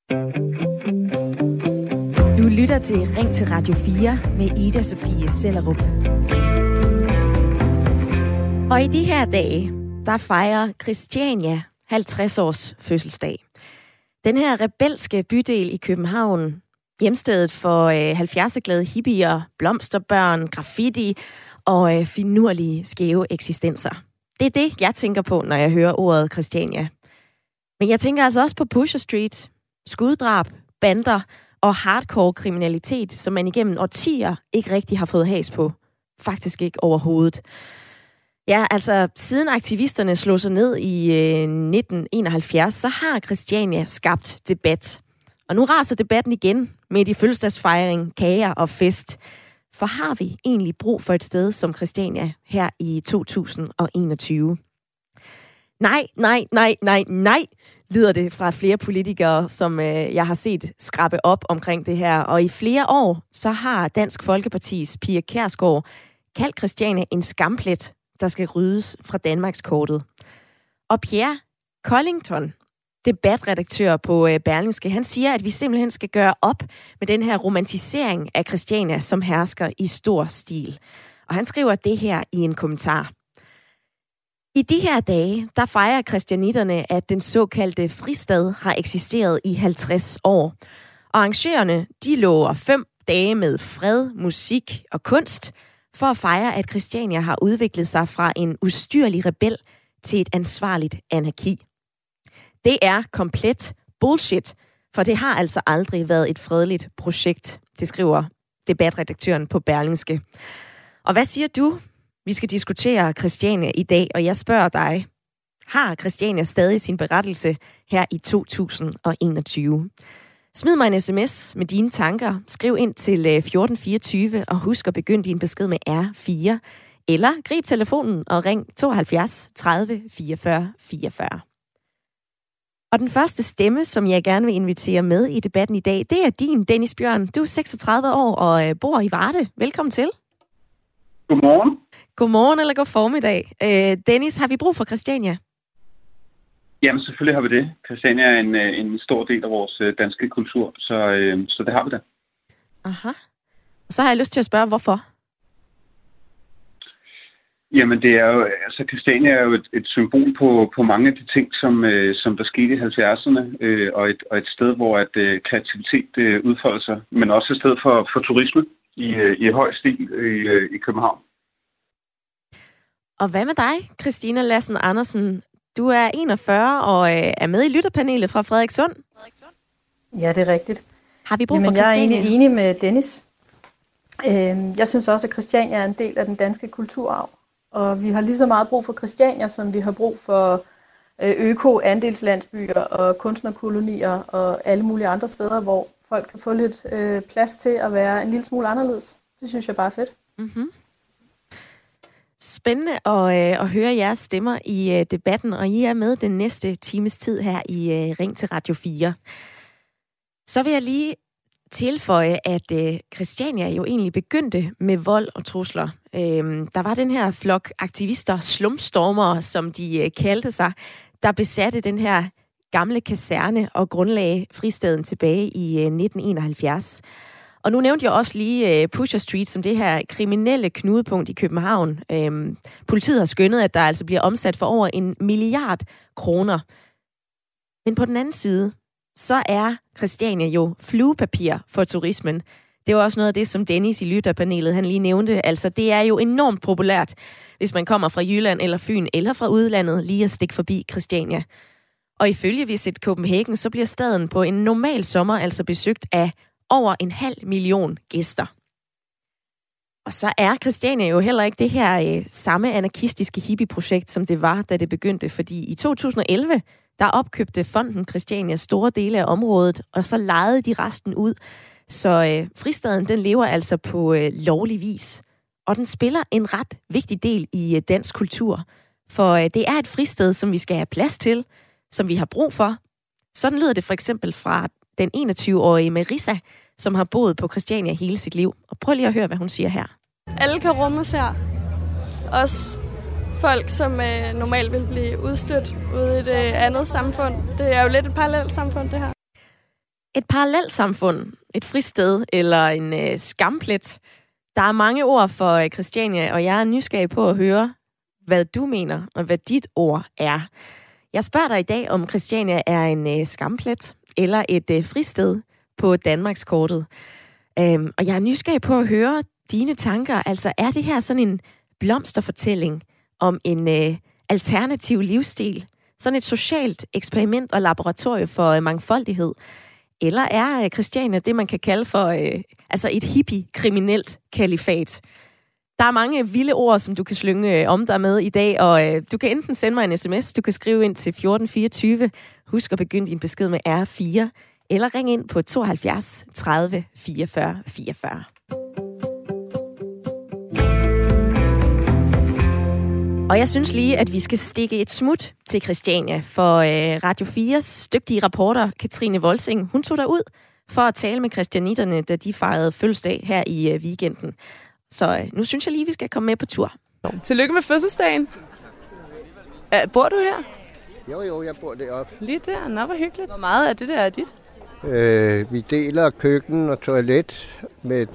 Du lytter til Ring til Radio 4 med Ida Sofie Sellerup. Og i de her dage, der fejrer Christiania 50 års fødselsdag. Den her rebelske bydel i København, hjemstedet for 70'er-glade hippier, blomsterbørn, graffiti og finurlige skæve eksistenser. Det er det, jeg tænker på, når jeg hører ordet Christiania. Men jeg tænker altså også på Pusher Street, skuddrab, bander og hardcore kriminalitet, som man igennem årtier ikke rigtig har fået has på. Faktisk ikke overhovedet. Ja, altså siden aktivisterne slog sig ned i 1971, så har Christiania skabt debat. Og nu raser debatten igen med de fødselsdagsfejring, kager og fest. For har vi egentlig brug for et sted som Christiania her i 2021? Nej, lyder det fra flere politikere, som jeg har set skrabe op omkring det her. Og i flere år, så har Dansk Folkepartis Pia Kjærsgaard kaldt Christiania en skamplet, der skal ryddes fra Danmarkskortet. Og Pierre Kollington, debatredaktør på Berlingske, han siger, at vi simpelthen skal gøre op med den her romantisering af Christiania, som hersker i stor stil. Og han skriver det her i en kommentar. I de her dage, der fejrer christianitterne, at den såkaldte fristad har eksisteret i 50 år. Og arrangørerne, de lover 5 dage med fred, musik og kunst, for at fejre, at Christiania har udviklet sig fra en ustyrlig rebel til et ansvarligt anarki. Det er komplet bullshit, for det har altså aldrig været et fredeligt projekt, det skriver debatredaktøren på Berlingske. Og hvad siger du? Vi skal diskutere Christiania i dag, og jeg spørger dig, har Christiania stadig sin berettelse her i 2021? Smid mig en sms med dine tanker. Skriv ind til 1424 og husk at begynde din besked med R4. Eller grib telefonen og ring 72 30 44 44. Og den første stemme, som jeg gerne vil invitere med i debatten i dag, det er din, Dennis Bjørn. Du er 36 år og bor i Varde. Velkommen til. Godmorgen. Godmorgen eller god formiddag. Dennis, har vi brug for Christiania? Jamen, selvfølgelig har vi det. Christiania er en stor del af vores danske kultur, så det har vi da. Aha. Og så har jeg lyst til at spørge, hvorfor? Jamen, det er jo, altså Christiania er jo et symbol på mange af de ting, som der skete i 70'erne, og et sted, hvor kreativitet udfolder sig, men også et sted for turisme i høj stil i København. Og hvad med dig, Christina Lassen Andersen? Du er 41 og er med i lytterpanelet fra Frederikssund. Ja, det er rigtigt. Har vi brug for Christiania? Jeg er egentlig enig med Dennis. Jeg synes også, at Christiania er en del af den danske kulturarv. Og vi har lige så meget brug for Christiania, som vi har brug for øko-andelslandsbyer og kunstnerkolonier og alle mulige andre steder, hvor folk kan få lidt plads til at være en lille smule anderledes. Det synes jeg bare er fedt. Mm-hmm. Spændende at høre jeres stemmer i debatten, og I er med den næste times tid her i Ring til Radio 4. Så vil jeg lige tilføje, at Christiania jo egentlig begyndte med vold og trusler. Der var den her flok aktivister, slumstormere, som de kaldte sig, der besatte den her gamle kaserne og grundlagde fristaden tilbage i 1971. Og nu nævnte jeg også lige Pusher Street som det her kriminelle knudepunkt i København. Politiet har skønnet, at der altså bliver omsat for over 1 milliard kroner. Men på den anden side, så er Christiania jo fluepapir for turismen. Det var også noget af det, som Dennis i lytterpanelet han lige nævnte. Altså, det er jo enormt populært, hvis man kommer fra Jylland eller Fyn eller fra udlandet, lige at stikke forbi Christiania. Og ifølge Visit Copenhagen, så bliver staden på en normal sommer altså besøgt af over 500.000 gæster. Og så er Christiania jo heller ikke det her samme anarkistiske hippieprojekt, som det var, da det begyndte. Fordi i 2011, der opkøbte Fonden Christiania store dele af området, og så lejede de resten ud. Så fristaden, den lever altså på lovlig vis. Og den spiller en ret vigtig del i dansk kultur. For det er et fristed, som vi skal have plads til, som vi har brug for. Sådan lyder det for eksempel fra den 21-årige Marissa, som har boet på Christiania hele sit liv. Og prøv lige at høre, hvad hun siger her. Alle kan rummes her. Også folk, som normalt vil blive udstødt ude i et andet samfund. Det er jo lidt et parallelt samfund, det her. Et parallelsamfund, et fristed eller en skamplet. Der er mange ord for Christiania, og jeg er nysgerrig på at høre, hvad du mener, og hvad dit ord er. Jeg spørger dig i dag, om Christiania er en skamplet eller et fristed på Danmarkskortet. Og jeg er nysgerrig på at høre dine tanker. Altså, er det her sådan en blomsterfortælling om en alternativ livsstil? Sådan et socialt eksperiment og laboratorie for mangfoldighed? Eller er Christiania det, man kan kalde for et hippie-kriminelt kalifat? Der er mange vilde ord, som du kan slynge om dig med i dag, og du kan enten sende mig en sms, du kan skrive ind til 1424, husk at begynde din besked med R4, eller ring ind på 72 30 44 44. Og jeg synes lige, at vi skal stikke et smut til Christiania, for Radio 4's dygtige reporter, Katrine Volsing, hun tog derud for at tale med christianitterne, da de fejrede fødselsdag her i weekenden. Så nu synes jeg lige, vi skal komme med på tur. Tillykke med fødselsdagen. Bor du her? Jo, jeg bor deroppe. Lige der? Nå, hvor hyggeligt. Hvor meget af det der er dit? Vi deler køkken og toilet med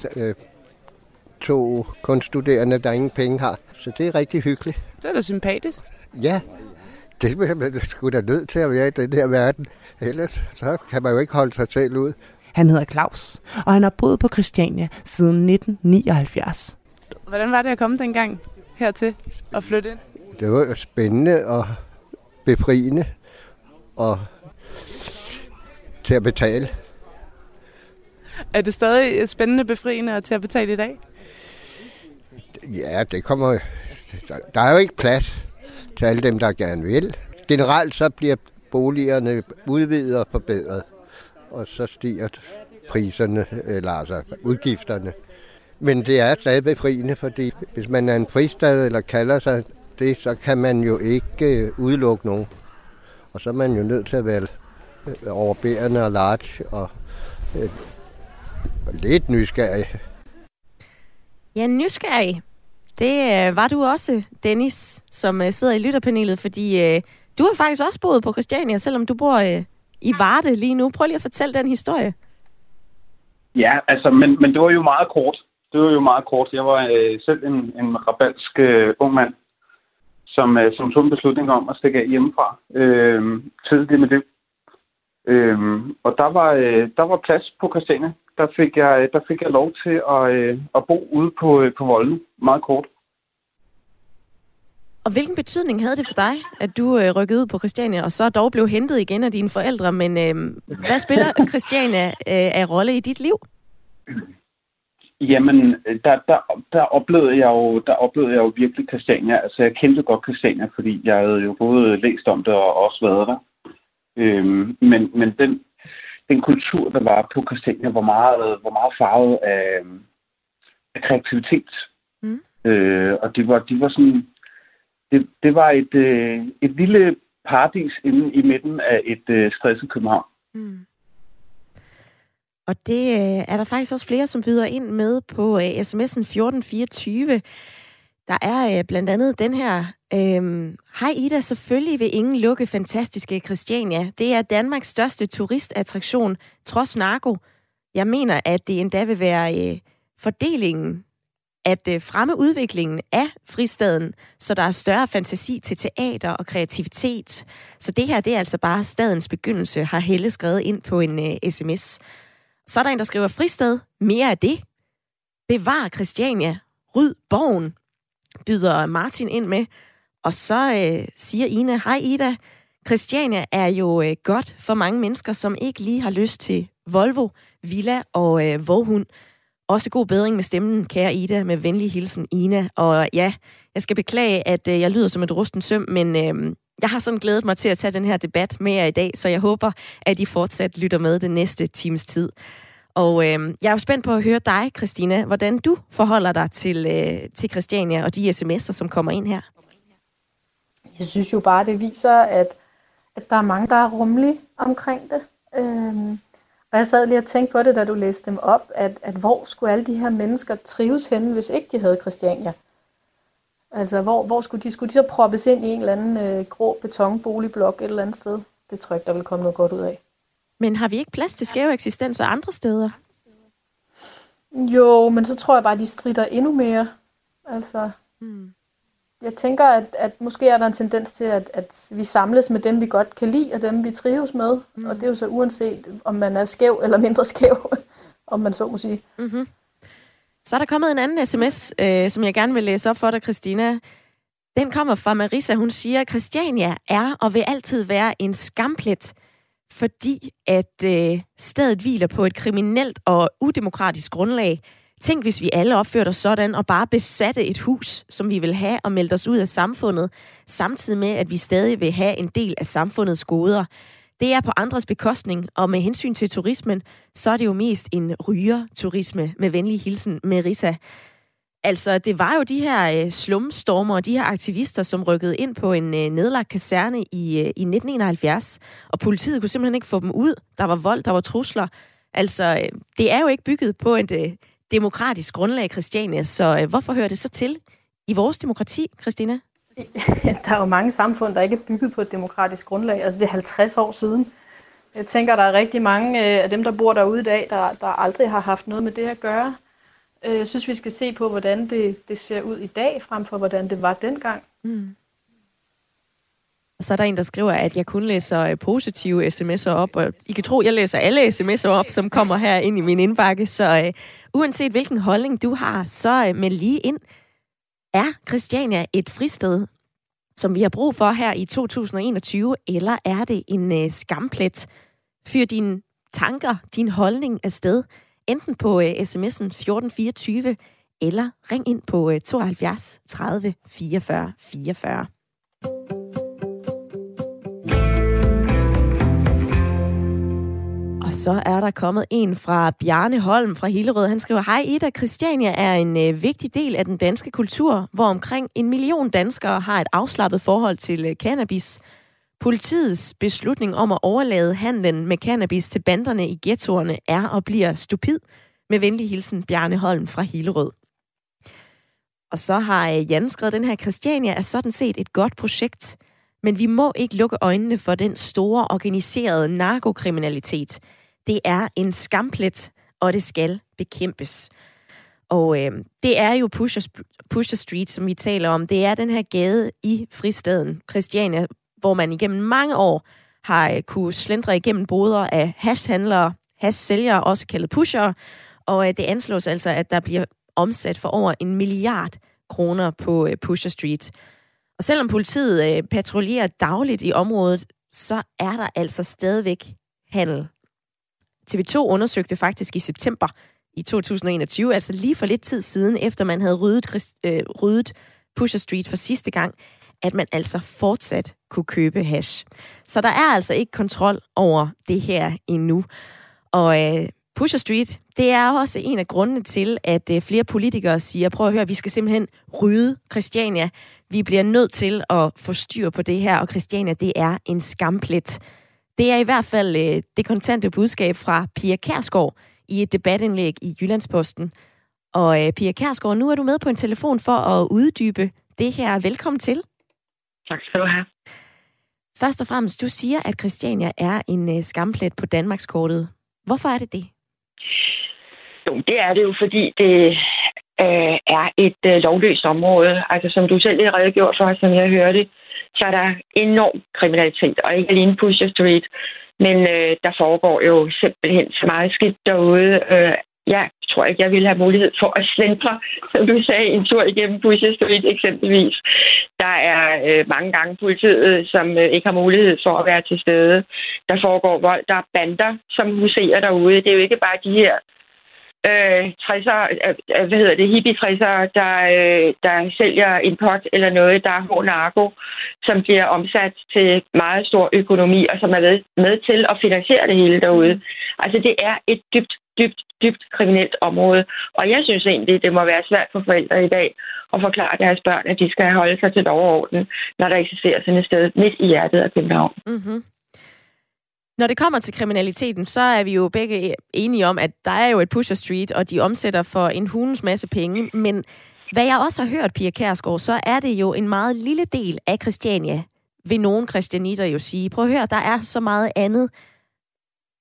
2 kunststuderende, der ingen penge har. Så det er rigtig hyggeligt. Det er da sympatisk. Ja, det er man sgu da nødt til at være i den her verden. Ellers så kan man jo ikke holde sig selv ud. Han hedder Claus, og han har boet på Christiania siden 1979. Hvordan var det at komme dengang hertil og flytte ind? Det var spændende og befriende og til at betale. Er det stadig spændende, befriende og til at betale i dag? Ja, det kommer. Der er jo ikke plads til alle dem, der gerne vil. Generelt så bliver boligerne udvidet og forbedret, og så stiger priserne, eller altså udgifterne. Men det er stadig befriende, fordi hvis man er en fristad eller kalder sig det, så kan man jo ikke udelukke nogen. Og så er man jo nødt til at være overbærende og large og lidt nysgerrig. Ja, nysgerrig. Det var du også, Dennis, som sidder i lytterpanelet, fordi du har faktisk også boet på Christiania, selvom du bor i Varde lige nu. Prøv lige at fortælle den historie. Ja, altså, men det var jo meget kort. Jeg var selv en rebelsk ung mand, som tog en beslutning om at stikke af hjemmefra tidligt i mit liv. Og der var plads på Christiania. Der fik jeg lov til at bo ude på Volden, meget kort. Og hvilken betydning havde det for dig, at du rykkede ud på Christiania, og så dog blev hentet igen af dine forældre? Men hvad spiller Christiania af rolle i dit liv? Jamen, der oplevede jeg jo virkelig Christiania. Altså, jeg kendte godt Christiania, fordi jeg havde jo både læst om det og også været der. Men den kultur, der var på Christiania, var meget farvet af kreativitet. Og de var sådan. Det var et lille paradis inde i midten af et stresset København. Og det er der faktisk også flere, som byder ind med på sms'en 1424. Der er blandt andet den her. Hej Ida, selvfølgelig vil ingen lukke fantastiske Christiania. Det er Danmarks største turistattraktion, trods narko. Jeg mener, at det endda vil være fordelingen, at fremme udviklingen af fristaden, så der er større fantasi til teater og kreativitet. Så det her, det er altså bare stadens begyndelse, har Helle skrevet ind på en sms. Så er der en, der skriver, fristad, mere af det. Bevar Christiania, ryd borgen, byder Martin ind med. Og så siger Ina, hej Ida, Christiania er jo godt for mange mennesker, som ikke lige har lyst til Volvo, villa og våghund. Også god bedring med stemmen, kære Ida, med venlig hilsen, Ina. Og ja, jeg skal beklage, at jeg lyder som et rusten søm, men jeg har sådan glædet mig til at tage den her debat med jer i dag, så jeg håber, at I fortsat lytter med den næste times tid. Og jeg er jo spændt på at høre dig, Christina, hvordan du forholder dig til Christiania og de sms'er, som kommer ind her. Jeg synes jo bare, det viser, at der er mange, der er rummelige omkring det. Og jeg sad lige og tænkte på det, da du læste dem op, at hvor skulle alle de her mennesker trives henne, hvis ikke de havde Christiania? Altså, hvor skulle de så proppes ind i en eller anden grå betonboligblok et eller andet sted? Det tror jeg ikke, der vil komme noget godt ud af. Men har vi ikke plads til skæve eksistenser andre steder? Jo, men så tror jeg bare, de stritter endnu mere. Altså, jeg tænker, at måske er der en tendens til, at vi samles med dem, vi godt kan lide, og dem, vi trives med. Og det er jo så uanset, om man er skæv eller mindre skæv, om man så må sige. Mm-hmm. Så er der kommet en anden sms, som jeg gerne vil læse op for dig, Christina. Den kommer fra Marisa. Hun siger, at Christiania er og vil altid være en skamplet, fordi at stedet hviler på et kriminelt og udemokratisk grundlag. Tænk, hvis vi alle opførte os sådan og bare besatte et hus, som vi vil have og meldte os ud af samfundet, samtidig med, at vi stadig vil have en del af samfundets goder. Det er på andres bekostning, og med hensyn til turismen, så er det jo mest en rygerturisme med venlig hilsen Marisa. Altså, det var jo de her slumstormer og de her aktivister, som rykkede ind på en nedlagt kaserne i 1971, og politiet kunne simpelthen ikke få dem ud. Der var vold, der var trusler. Altså, det er jo ikke bygget på et demokratisk grundlag, Christiania, så hvorfor hører det så til i vores demokrati, Christina? Der er jo mange samfund, der ikke er bygget på et demokratisk grundlag. Altså, det er 50 år siden. Jeg tænker, der er rigtig mange af dem, der bor derude i dag, der aldrig har haft noget med det at gøre. Jeg synes, vi skal se på, hvordan det ser ud i dag, frem for hvordan det var dengang. Og så er der en, der skriver, at jeg kun læser positive sms'er op, og I kan tro, at jeg læser alle sms'er op, som kommer her ind i min indbakke. Så uanset hvilken holdning du har, så meld lige ind. Er Christiania et fristed, som vi har brug for her i 2021, eller er det en skamplet? Fyr dine tanker, din holdning afsted, enten på sms'en 1424, eller ring ind på 72 30 44 44. Og så er der kommet en fra Bjarne Holm fra Hillerød. Han skriver, hej Ida, Christiania er en vigtig del af den danske kultur, hvor omkring 1 million danskere har et afslappet forhold til cannabis. Politiets beslutning om at overlade handlen med cannabis til banderne i ghettoerne er og bliver stupid. Med venlig hilsen, Bjarne Holm fra Hillerød. Og så har Jan skrevet, den her Christiania er sådan set et godt projekt, men vi må ikke lukke øjnene for den store organiserede narkokriminalitet. Det er en skamplet, og det skal bekæmpes. Og det er jo Pusher Street, som vi taler om. Det er den her gade i fristaden Christiania, hvor man igennem mange år har kunne slendre igennem boder af hashhandlere, hashsælgere, også kaldet pushere. Og det anslås altså, at der bliver omsat for over 1 milliard kroner på Pusher Street. Og selvom politiet patruljerer dagligt i området, så er der altså stadigvæk handel. TV2 undersøgte faktisk i september i 2021, altså lige for lidt tid siden, efter man havde ryddet Pusher Street for sidste gang, at man altså fortsat kunne købe hash. Så der er altså ikke kontrol over det her endnu. Og Pusher Street, det er også en af grundene til, at flere politikere siger, prøv at høre, vi skal simpelthen rydde Christiania. Vi bliver nødt til at få styr på det her, og Christiania, det er en skamplet. Det er i hvert fald det kontante budskab fra Pia Kjærsgaard i et debatindlæg i Jyllandsposten. Og Pia Kjærsgaard, nu er du med på en telefon for at uddybe det her. Velkommen til. Tak skal du have. Først og fremmest, du siger, at Christiania er en skamplet på Danmarkskortet. Hvorfor er det det? Jo, det er det jo, fordi det er et lovløst område. Altså som du selv har redegjort for, som jeg hørte, så er der enorm kriminalitet, og ikke alene Pusher Street, men der foregår jo simpelthen så meget skidt derude. Jeg tror ikke, jeg ville have mulighed for at slendre, som du sagde, en tur igennem Pusher Street eksempelvis. Der er mange gange politiet, som ikke har mulighed for at være til stede. Der foregår vold. Der er bander, som huserer derude. Det er jo ikke bare de her 60'er, hippie-60'er, der sælger en pot eller noget, der er hård narko, som bliver omsat til meget stor økonomi, og som er med til at finansiere det hele derude. Altså, det er et dybt kriminelt område, og jeg synes egentlig, det må være svært for forældre i dag at forklare deres børn, at de skal holde sig til lov og orden, når der eksisterer sådan et sted midt i hjertet af København. Mm-hmm. Når det kommer til kriminaliteten, så er vi jo begge enige om, at der er jo et Pusher Street, og de omsætter for en hulens masse penge. Men hvad jeg også har hørt, Pia Kjærsgaard, så er det jo en meget lille del af Christiania, vil nogle christianitter jo sige. Prøv at høre, der er så meget andet.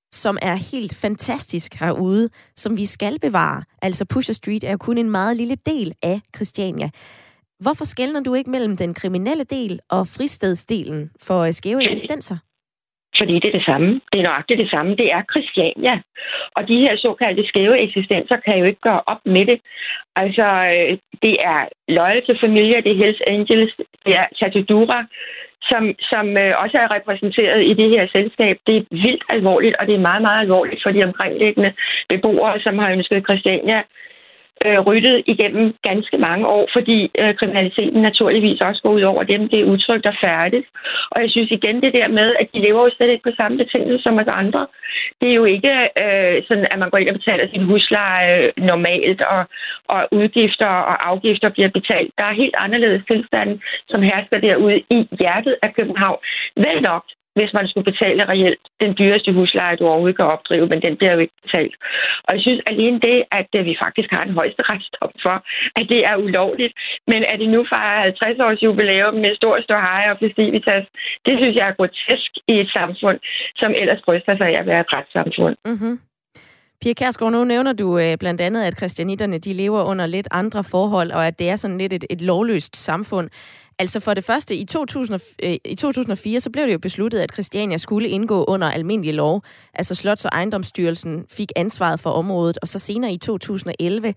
som er helt fantastisk herude, som vi skal bevare. Altså Pusher Street er jo kun en meget lille del af Christiania. Hvorfor skelner du ikke mellem den kriminelle del og fristedsdelen for skæve eksistenser? Fordi det er det samme. Det er nøjagtigt det samme. Det er Christiania. Og de her såkaldte skæve eksistenser kan jo ikke gøre op med det. Altså, det er Loyal to Familia, det er Hells Angels, det er Chatudura, som også er repræsenteret i det her selskab. Det er vildt alvorligt, og det er meget, meget alvorligt for de omkringliggende beboere, som har ønsket Christiania ryddet igennem ganske mange år, fordi kriminaliteten naturligvis også går ud over dem. Det er utrygt og færdigt. Og jeg synes igen det der med, at de lever jo slet ikke på samme betingelser som os andre. Det er jo ikke sådan, at man går ind og betaler sin husleje normalt, og udgifter og afgifter bliver betalt. Der er helt anderledes tilstande, som hersker derude i hjertet af København. Vel nok, hvis man skulle betale reelt den dyreste husleje, du overhovedet kan opdrive, men den bliver jo ikke betalt. Og jeg synes alene det, at vi faktisk har en højesteretsdom for, at det er ulovligt, men at det nu fejrer 50 års jubilæum med stor ståhej og festivitas, det synes jeg er grotesk i et samfund, som ellers bryster sig af at være et retssamfund. Mm-hmm. Pia Kjærsgaard, nu nævner du blandt andet, at christianitterne de lever under lidt andre forhold, og at det er sådan lidt et lovløst samfund. Altså for det første, i 2004, så blev det jo besluttet, at Christiania skulle indgå under almindelig lov. Altså Slots- og Ejendomsstyrelsen fik ansvaret for området, og så senere i 2011,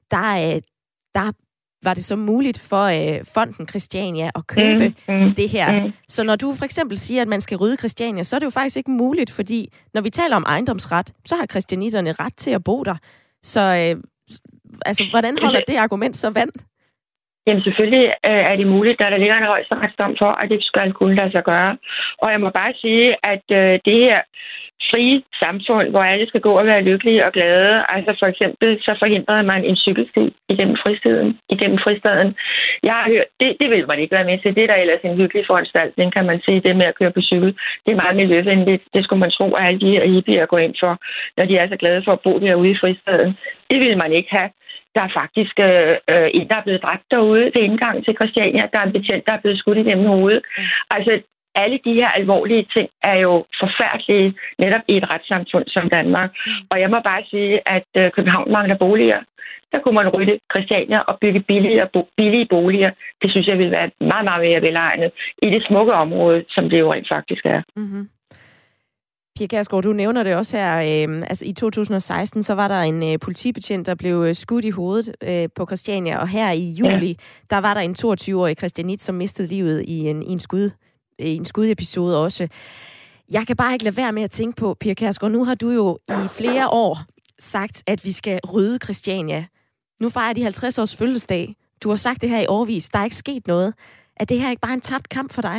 der var det så muligt for fonden Christiania at købe det her. Så når du for eksempel siger, at man skal rydde Christiania, så er det jo faktisk ikke muligt, fordi når vi taler om ejendomsret, så har christianitterne ret til at bo der. Så altså, hvordan holder det argument så vand? Jamen selvfølgelig er det muligt, da der ligger en højesteretsdom for, at det skal kunne lade sig gøre. Og jeg må bare sige, at det her frie samfund, hvor alle skal gå og være lykkelige og glade, altså for eksempel, så forhindrede man en cykelsti igennem fristaden. Jeg har hørt, det vil man ikke være med til. Det er da ellers en hyggelig foranstaltning, kan man sige, det med at køre på cykel. Det er meget miljøvenligt. Det skulle man tro, at alle de her hippier går ind for, når de er så glade for at bo derude i fristaden. Det vil man ikke have. Der er faktisk en, der er blevet dræbt derude ved indgang til Christiania. Der er en betjent, der er blevet skudt igennem hovedet. Altså, alle de her alvorlige ting er jo forfærdelige netop i et retssamfund som Danmark. Og jeg må bare sige, at København mangler boliger. Der kunne man rydde Christiania og bygge billige boliger. Det synes jeg ville være meget, meget mere velegnet i det smukke område, som det jo rent faktisk er. Mm-hmm. Pia Kjærsgaard, du nævner det også her. Altså i 2016, så var der en politibetjent, der blev skudt i hovedet på Christiania, og her i juli, der var der en 22-årig christianit, som mistede livet i en skudepisode også. Jeg kan bare ikke lade være med at tænke på, Pia Kjærsgaard, nu har du jo i flere år sagt, at vi skal rydde Christiania. Nu fejrer de 50 års fødselsdag. Du har sagt det her i årevis. Der er ikke sket noget. Er det her ikke bare en tabt kamp for dig?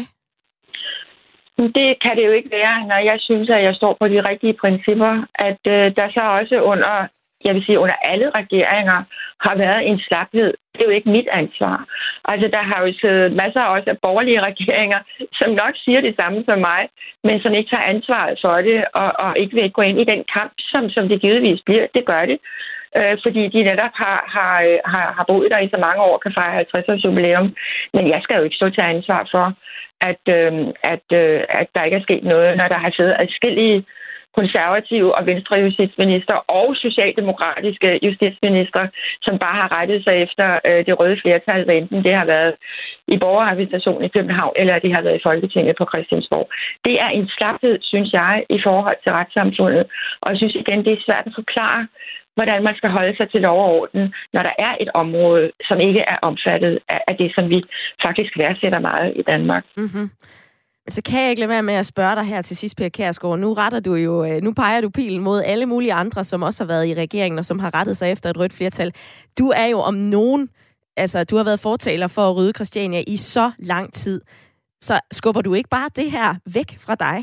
Det kan det jo ikke være, når jeg synes, at jeg står på de rigtige principper, at der så også under alle regeringer har været en slaphed. Det er jo ikke mit ansvar. Altså, der har jo siddet masser også af borgerlige regeringer, som nok siger det samme som mig, men som ikke tager ansvaret for det, og ikke vil gå ind i den kamp, som det givetvis bliver. Det gør det. Fordi de netop har boet der i så mange år, kan fejre 50 års jubilæum. Men jeg skal jo ikke stå til ansvar for, at der ikke er sket noget, når der har siddet adskillige konservative og venstre justitsminister og socialdemokratiske justitsminister, som bare har rettet sig efter det røde flertal, hvad enten det har været i borgerrepræsentationen i København, eller det har været i Folketinget på Christiansborg. Det er en slaphed, synes jeg, i forhold til retssamfundet. Og jeg synes igen, det er svært at forklare, hvordan man skal holde sig til lov og orden, når der er et område, som ikke er omfattet af det, som vi faktisk værdsætter meget i Danmark. Mm-hmm. Så kan jeg ikke lade være med at spørge dig her til sidst, Pia Kjærsgaard. Nu peger du pilen mod alle mulige andre, som også har været i regeringen, og som har rettet sig efter et rødt flertal. Du er jo om nogen, altså du har været fortaler for at rydde Christiania i så lang tid. Så skubber du ikke bare det her væk fra dig?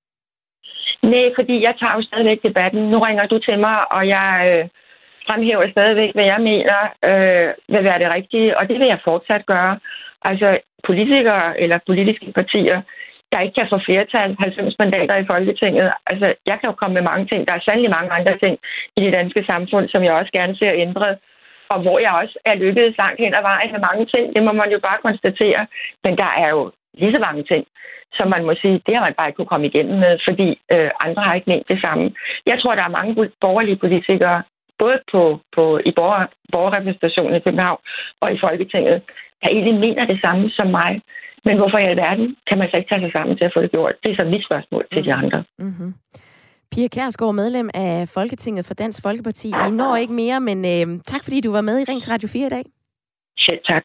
Nej, fordi jeg tager jo stadigvæk debatten. Nu ringer du til mig, og jeg fremhæver stadigvæk, hvad jeg mener vil være det rigtige, og det vil jeg fortsat gøre. Altså politikere eller politiske partier, der ikke kan få flertal, 90 mandater i Folketinget. Altså, jeg kan jo komme med mange ting. Der er sandelig mange andre ting i det danske samfund, som jeg også gerne ser ændret, og hvor jeg også er lykkedes langt hen ad vejen med mange ting. Det må man jo bare konstatere. Men der er jo lige så mange ting, som man må sige, det har man bare ikke kunne komme igennem med, fordi andre har ikke ment det samme. Jeg tror, der er mange borgerlige politikere, både i borgerrepræsentationen i København og i Folketinget, der egentlig mener det samme som mig. Men hvorfor i alverden kan man så ikke tage sig sammen til at få det gjort? Det er så mit spørgsmål til de andre. Mm-hmm. Pia Kjærsgaard, medlem af Folketinget for Dansk Folkeparti. Vi når ikke mere, men tak fordi du var med i Ring til Radio 4 i dag. Selv tak.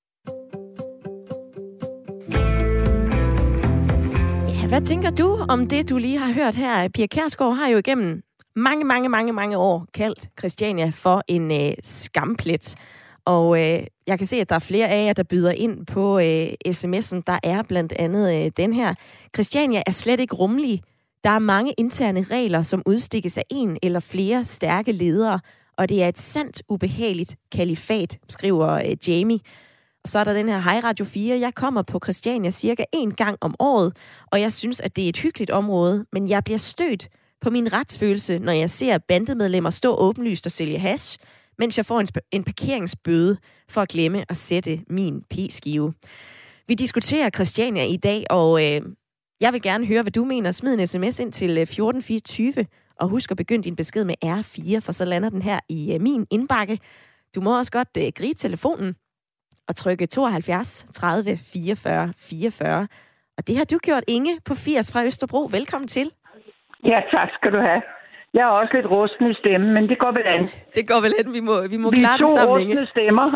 Ja, hvad tænker du om det, du lige har hørt her? Pia Kjærsgaard har jo igennem mange år kaldt Christiania for en skamplet. Og jeg kan se, at der er flere af jer, der byder ind på sms'en. Der er blandt andet den her. Christiania er slet ikke rummelig. Der er mange interne regler, som udstikkes af en eller flere stærke ledere, og det er et sandt ubehageligt kalifat, skriver Jamie. Og så er der den her, hej Radio 4, jeg kommer på Christiania cirka 1 gang om året, og jeg synes, at det er et hyggeligt område, men jeg bliver stødt på min retsfølelse, når jeg ser bandemedlemmer stå åbenlyst og sælge hash, mens jeg får en parkeringsbøde for at glemme at sætte min p-skive. Vi diskuterer Christiania i dag, og jeg vil gerne høre, hvad du mener. Smid en sms ind til 1424, og husk at begynde din besked med R4, for så lander den her i min indbakke. Du må også godt gribe telefonen og trykke 72 30 44 44. Og det har du gjort, Inge på 80 fra Østerbro. Velkommen til. Ja, tak skal du have. Jeg er også lidt rusten i stemmen, men det går vel an. Det går vel an. Vi må klare det sammen, Inge. Vi er 2 rustne stemmer.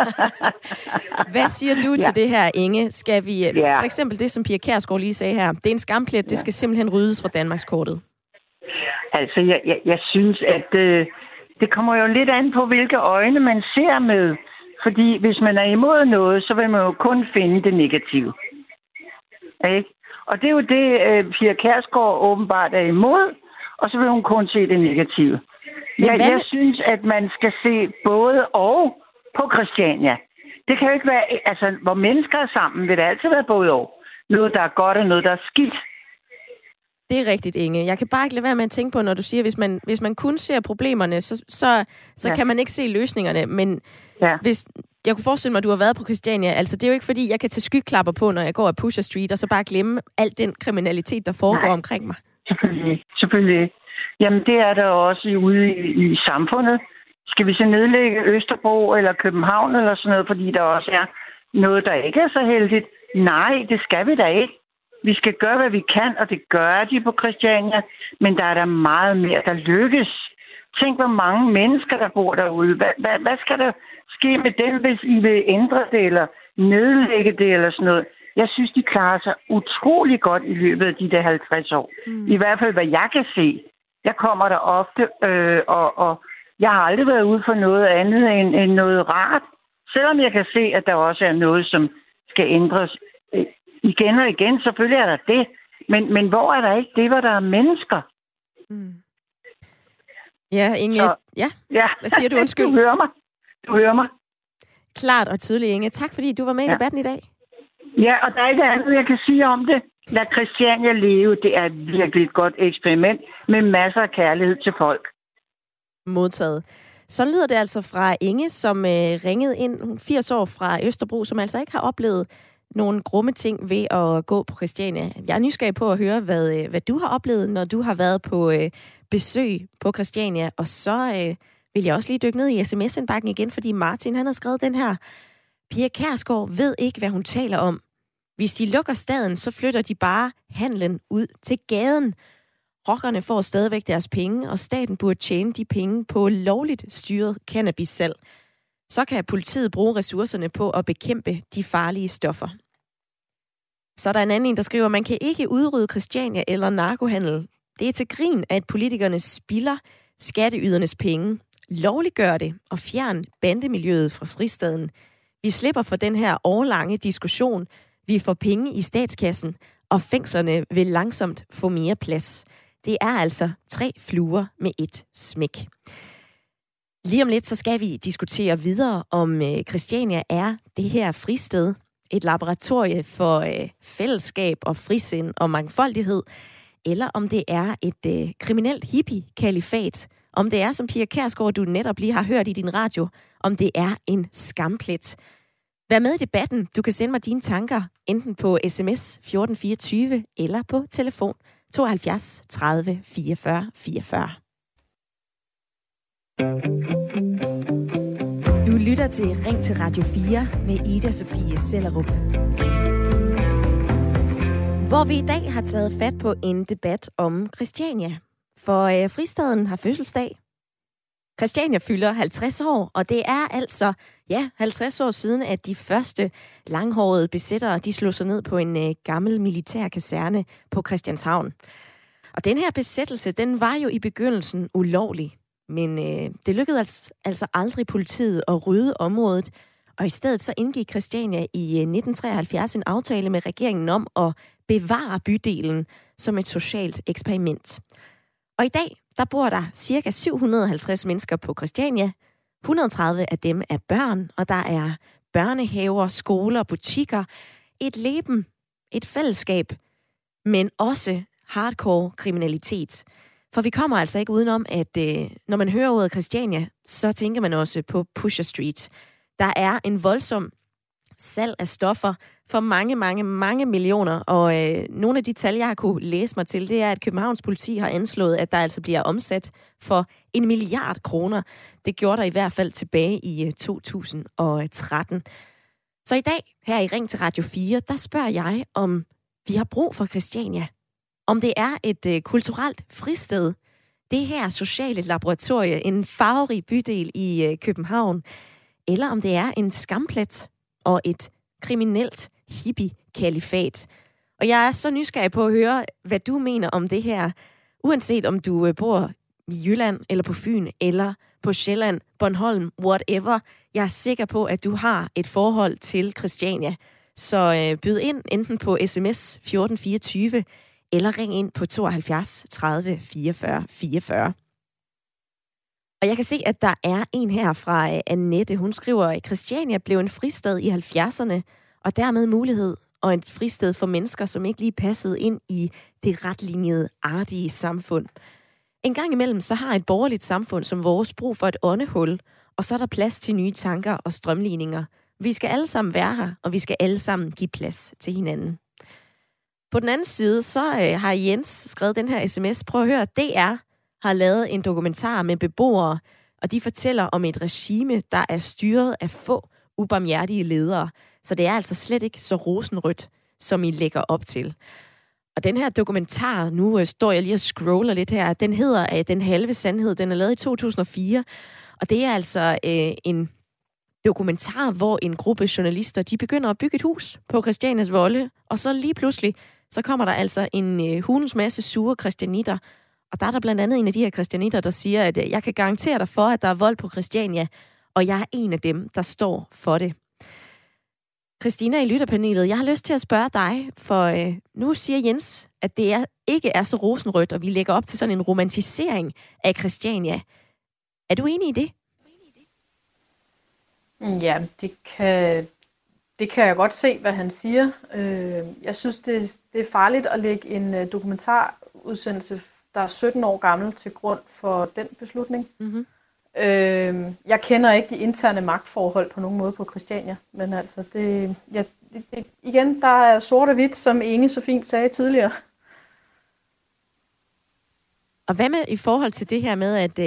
Hvad siger du til det her, Inge? Skal vi, for eksempel det, som Pia Kjærsgaard lige sagde her, det er en skamplet, det skal simpelthen ryddes fra Danmarkskortet. Altså, jeg synes, at det kommer jo lidt an på, hvilke øjne man ser med. Fordi hvis man er imod noget, så vil man jo kun finde det negative. Ikke? Og det er jo det, Pia Kjærsgaard åbenbart er imod, og så vil hun kun se det negative. Jeg synes, at man skal se både og på Christiania. Det kan jo ikke være, altså, hvor mennesker er sammen, vil det altid være både og. Noget, der er godt, og noget, der er skidt. Det er rigtigt, Inge. Jeg kan bare ikke lade være med at tænke på, når du siger, hvis man kun ser problemerne, så kan man ikke se løsningerne. Men jeg kunne forestille mig, at du har været på Christiania. Altså, det er jo ikke fordi, jeg kan tage skyklapper på, når jeg går af Pusher Street, og så bare glemme al den kriminalitet, der foregår omkring mig. Selvfølgelig. Jamen, det er der også ude i samfundet. Skal vi så nedlægge Østerbro eller København eller sådan noget, fordi der også er noget, der ikke er så heldigt? Nej, det skal vi da ikke. Vi skal gøre, hvad vi kan, og det gør de på Christiania. Men der er der meget mere, der lykkes. Tænk, hvor mange mennesker, der bor derude. Hvad skal der ske med dem, hvis I vil ændre det eller nedlægge det eller sådan noget? Jeg synes, de klarer sig utrolig godt i løbet af de der 50 år. I hvert fald, hvad jeg kan se. Jeg kommer der ofte, og jeg har aldrig været ude for noget andet end noget rart. Selvom jeg kan se, at der også er noget, som skal ændres igen og igen. Selvfølgelig er der det. Men hvor er der ikke det, hvor der er mennesker? Ja, Inge. Ja. Hvad siger du? Undskyld. Du hører mig. Klart og tydeligt, Inge. Tak, fordi du var med i debatten i dag. Ja, og der er ikke andet, jeg kan sige om det. Lad Christiania leve. Det er virkelig et godt eksperiment med masser af kærlighed til folk. Modtaget. Så lyder det altså fra Inge, som ringede ind 80 år fra Østerbro, som altså ikke har oplevet nogle grumme ting ved at gå på Christiania. Jeg er nysgerrig på at høre, hvad du har oplevet, når du har været på besøg på Christiania. Og så vil jeg også lige dykke ned i sms-indbakken igen, fordi Martin han har skrevet den her. Pia Kjærsgaard ved ikke, hvad hun taler om. Hvis de lukker staden, så flytter de bare handlen ud til gaden. Rockerne får stadigvæk deres penge, og staten burde tjene de penge på lovligt styret cannabissalg. Så kan politiet bruge ressourcerne på at bekæmpe de farlige stoffer. Så er der en anden, der skriver, man kan ikke udrydde Christiania eller narkohandel. Det er til grin, at politikerne spilder skatteydernes penge. Lovliggør det og fjern bandemiljøet fra fristaden. Vi slipper for den her årlange diskussion. Vi får penge i statskassen, og fængslerne vil langsomt få mere plads. Det er altså 3 fluer med et smæk. Lige om lidt, så skal vi diskutere videre, om Christiania er det her fristed, et laboratorie for fællesskab og frisind og mangfoldighed, eller om det er et kriminelt hippie-kalifat, om det er, som Pia Kjærsgaard, du netop lige har hørt i din radio, om det er en skamplet. Vær med i debatten. Du kan sende mig dine tanker enten på sms 1424 eller på telefon 72 30 44 44. Du lytter til Ring til Radio 4 med Ida Sofie Sellerup. Hvor vi i dag har taget fat på en debat om Christiania. For fristaden har fødselsdag. Christiania fylder 50 år, og det er altså 50 år siden, at de første langhårede besættere de slog sig ned på en gammel militær kaserne på Christianshavn. Og den her besættelse, den var jo i begyndelsen ulovlig. Men det lykkedes altså aldrig politiet at rydde området, og i stedet så indgik Christiania i 1973 en aftale med regeringen om at bevare bydelen som et socialt eksperiment. Og i dag, der bor der ca. 750 mennesker på Christiania. 130 af dem er børn, og der er børnehaver, skoler, butikker, et leben, et fællesskab, men også hardcore kriminalitet. For vi kommer altså ikke udenom, at når man hører ordet Christiania, så tænker man også på Pusher Street. Der er en voldsom salg af stoffer for mange millioner, og nogle af de tal, jeg har kunne læse mig til, det er, at Københavns politi har anslået, at der altså bliver omsat for 1 milliard kroner. Det gjorde der i hvert fald tilbage i 2013. Så i dag, her i Ring til Radio 4, der spørger jeg, om vi har brug for Christiania. Om det er et kulturelt fristed, det her sociale laboratorie, en farverig bydel i København, eller om det er en skamplet og et kriminelt hippie-kalifat. Og jeg er så nysgerrig på at høre, hvad du mener om det her, uanset om du bor i Jylland, eller på Fyn, eller på Sjælland, Bornholm, whatever. Jeg er sikker på, at du har et forhold til Christiania. Så byd ind enten på sms 1424, eller ring ind på 72 30 44 44. Og jeg kan se, at der er en her fra Annette. Hun skriver, at Christiania blev en fristad i 70'erne, og dermed mulighed og et fristed for mennesker, som ikke lige passede ind i det retlinjede, artige samfund. En gang imellem så har et borgerligt samfund som vores brug for et åndehul, og så er der plads til nye tanker og strømligninger. Vi skal alle sammen være her, og vi skal alle sammen give plads til hinanden. På den anden side, så har Jens skrevet den her sms. Prøv at høre, DR har lavet en dokumentar med beboere, og de fortæller om et regime, der er styret af få ubarmhjertige ledere. Så det er altså slet ikke så rosenrødt, som I lægger op til. Og den her dokumentar, nu står jeg lige og scroller lidt her, den hedder Den halve sandhed. Den er lavet i 2004, og det er altså en dokumentar, hvor en gruppe journalister, de begynder at bygge et hus på Christianias volde, og så lige pludselig, så kommer der altså en hulens masse sure christianitter, og der er der blandt andet en af de her christianitter, der siger, at jeg kan garantere dig for, at der er vold på Christiania, og jeg er en af dem, der står for det. Christina i lytterpanelet, jeg har lyst til at spørge dig, for nu siger Jens, at det ikke er så rosenrødt, og vi lægger op til sådan en romantisering af Christiania. Er du enig i det? Ja, det kan jeg godt se, hvad han siger. Jeg synes, det er farligt at lægge en dokumentarudsendelse, der er 17 år gammel, til grund for den beslutning. Mm-hmm. Jeg kender ikke de interne magtforhold på nogen måde på Christiania, men altså, igen, der er sort og hvidt, som Inge så fint sagde tidligere. Og hvad med i forhold til det her med,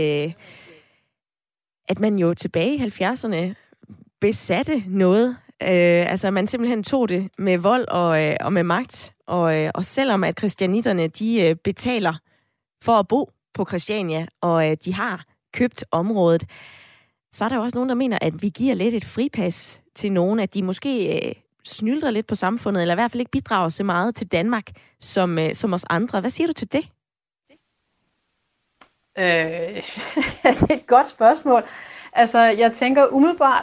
at man jo tilbage i 70'erne besatte noget, altså man simpelthen tog det med vold og med magt, og selvom at christianitterne, de betaler for at bo på Christiania, og de har købt området, så er der jo også nogen, der mener, at vi giver lidt et fripas til nogen, at de måske snylder lidt på samfundet, eller i hvert fald ikke bidrager så meget til Danmark som os andre. Hvad siger du til det? Det er et godt spørgsmål. Altså, jeg tænker umiddelbart,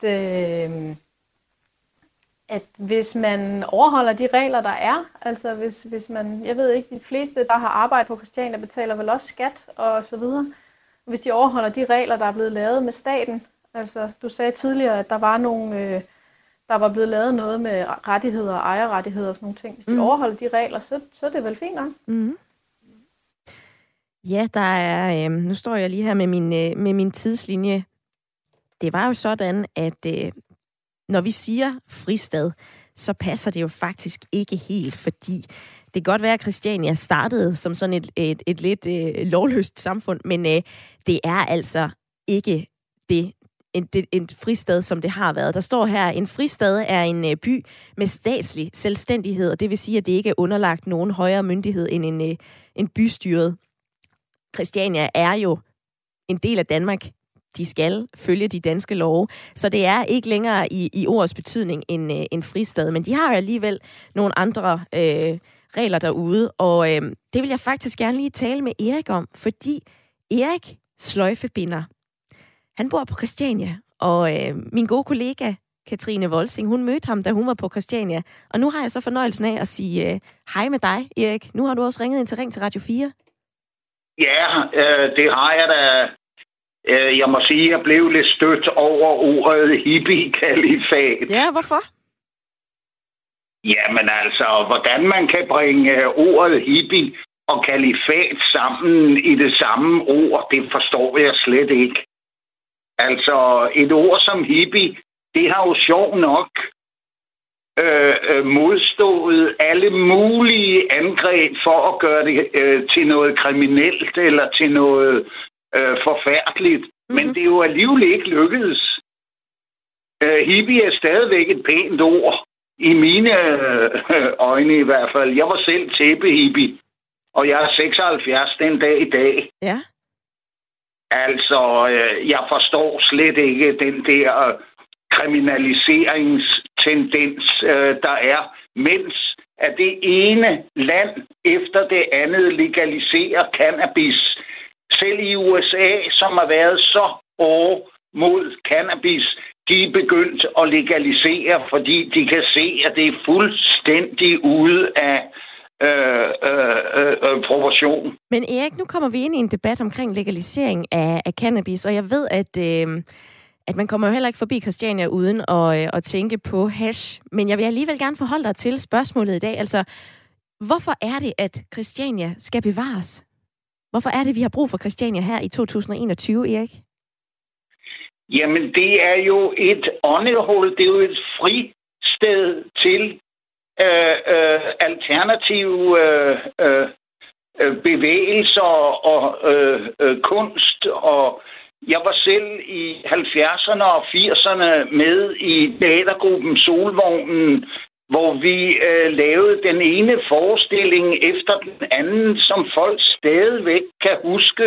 at hvis man overholder de regler, der er, altså hvis man, jeg ved ikke, de fleste, der har arbejdet på Christiania, betaler vel også skat og så videre. Hvis de overholder de regler, der er blevet lavet med staten, altså du sagde tidligere, at der var der var blevet lavet noget med rettigheder og ejerrettigheder og sådan nogle ting. Hvis de overholder de regler, så er det vel fint nok. Mm. Ja, der er, nu står jeg lige her med min tidslinje. Det var jo sådan, at når vi siger fristad, så passer det jo faktisk ikke helt, fordi det kan godt være, at Christiania startede som sådan et lidt lovløst samfund, men det er altså ikke en fristad, som det har været. Der står her, en fristad er en by med statslig selvstændighed, og det vil sige, at det ikke er underlagt nogen højere myndighed end en bystyret. Christiania er jo en del af Danmark. De skal følge de danske love, så det er ikke længere i ordets betydning en fristad, men de har jo alligevel nogle andre regler derude, og det vil jeg faktisk gerne lige tale med Erik om, fordi Erik sløjfebinder, han bor på Christiania, og min gode kollega Katrine Volsing, hun mødte ham, da hun var på Christiania, og nu har jeg så fornøjelsen af at sige hej med dig, Erik. Nu har du også ringet ind til Ring til Radio 4. Ja, det har jeg da. Jeg må sige, at jeg blev lidt stødt over ordet hippie-kalifat. Ja, hvorfor? Jamen altså, hvordan man kan bringe ordet hippie og kalifat sammen i det samme ord, det forstår jeg slet ikke. Altså, et ord som hippie, det har jo sjov nok modstået alle mulige angreb for at gøre det til noget kriminelt eller til noget forfærdeligt. Men det er jo alligevel ikke lykkedes. Hippie er stadigvæk et pænt ord. I mine øjne i hvert fald. Jeg var selv tæppehippie, og jeg er 76 den dag i dag. Ja. Altså, jeg forstår slet ikke den der kriminaliseringstendens, der er, mens at det ene land efter det andet legaliserer cannabis. Selv i USA, som har været så hårde mod cannabis, de er begyndt at legalisere, fordi de kan se, at det er fuldstændig ude af proportion. Men Erik, nu kommer vi ind i en debat omkring legalisering af cannabis, og jeg ved, at man kommer jo heller ikke forbi Christiania uden at tænke på hash. Men jeg vil alligevel gerne forholde dig til spørgsmålet i dag. Altså, hvorfor er det, at Christiania skal bevares? Hvorfor er det, vi har brug for Christiania her i 2021, Erik? Jamen, det er jo et åndehul. Det er jo et fristed til alternative bevægelser og kunst. Og jeg var selv i 70'erne og 80'erne med i teatergruppen Solvognen, hvor vi lavede den ene forestilling efter den anden, som folk stadigvæk kan huske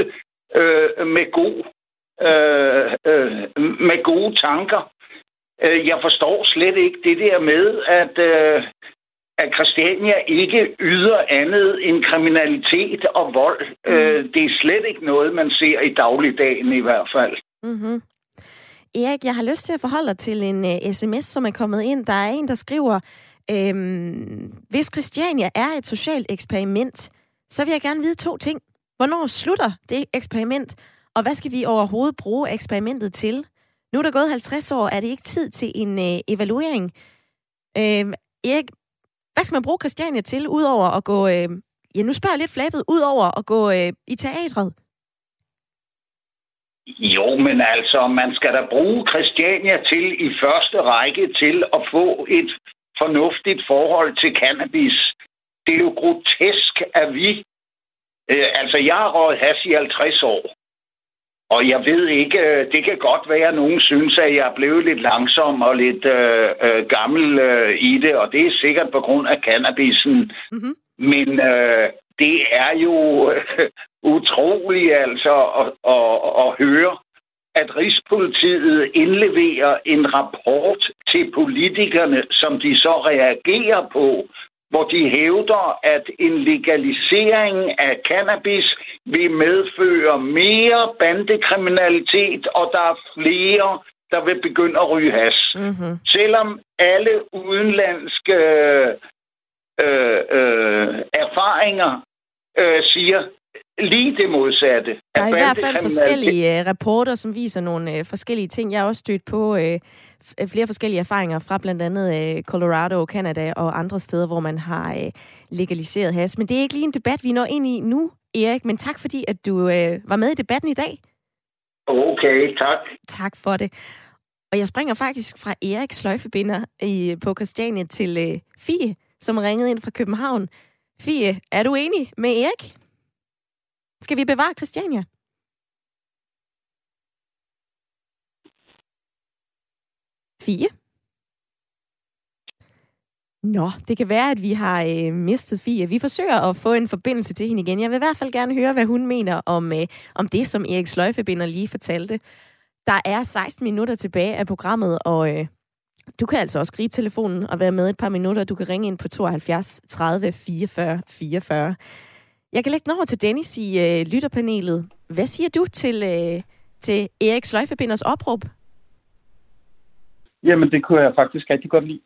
med gode tanker. Jeg forstår slet ikke det der med, at Christiania ikke yder andet end kriminalitet og vold. Det er slet ikke noget, man ser i dagligdagen i hvert fald. Mm-hmm. Erik, jeg har lyst til at forholde dig til en sms, som er kommet ind. Der er en, der skriver, hvis Christiania er et socialt eksperiment, så vil jeg gerne vide 2 ting. Hvornår slutter det eksperiment, og hvad skal vi overhovedet bruge eksperimentet til? Nu er der gået 50 år, er det ikke tid til en evaluering? Erik, hvad skal man bruge Christiania til, udover at gå, nu spørger jeg lidt flabet, udover at gå i teatret? Jo, men altså, man skal da bruge Christiania til i første række til at få et fornuftigt forhold til cannabis. Det er jo grotesk, at vi... jeg har røget hash i 50 år. Og jeg ved ikke, det kan godt være, at nogen synes, at jeg er blevet lidt langsom og lidt gammel i det, og det er sikkert på grund af cannabisen. Mm-hmm. Men det er jo utroligt altså at høre, at Rigspolitiet indleverer en rapport til politikerne, som de så reagerer på, hvor de hævder, at en legalisering af cannabis vil medføre mere bandekriminalitet, og der er flere, der vil begynde at ryge hash. Mm-hmm. Selvom alle udenlandske erfaringer siger lige det modsatte. Der er i hvert fald forskellige rapporter, som viser nogle forskellige ting. Jeg har også stødt på flere forskellige erfaringer fra blandt andet Colorado, Canada og andre steder, hvor man har legaliseret hash. Men det er ikke lige en debat, vi når ind i nu, Erik. Men tak fordi, at du var med i debatten i dag. Okay, tak. Tak for det. Og jeg springer faktisk fra Erik sløjfebinder på Christiania til Fie, som ringede ind fra København. Fie, er du enig med Erik? Skal vi bevare Christiania? Fie? Nå, det kan være, at vi har mistet Fie. Vi forsøger at få en forbindelse til hende igen. Jeg vil i hvert fald gerne høre, hvad hun mener om det, som Erik sløjfebinder lige fortalte. Der er 16 minutter tilbage af programmet, og du kan altså også gribe telefonen og være med et par minutter. Du kan ringe ind på 72 30 44 44. Jeg kan lægge den over til Dennis i lytterpanelet. Hvad siger du til Erik sløjfebinders opråb? Jamen, det kunne jeg faktisk rigtig godt lide.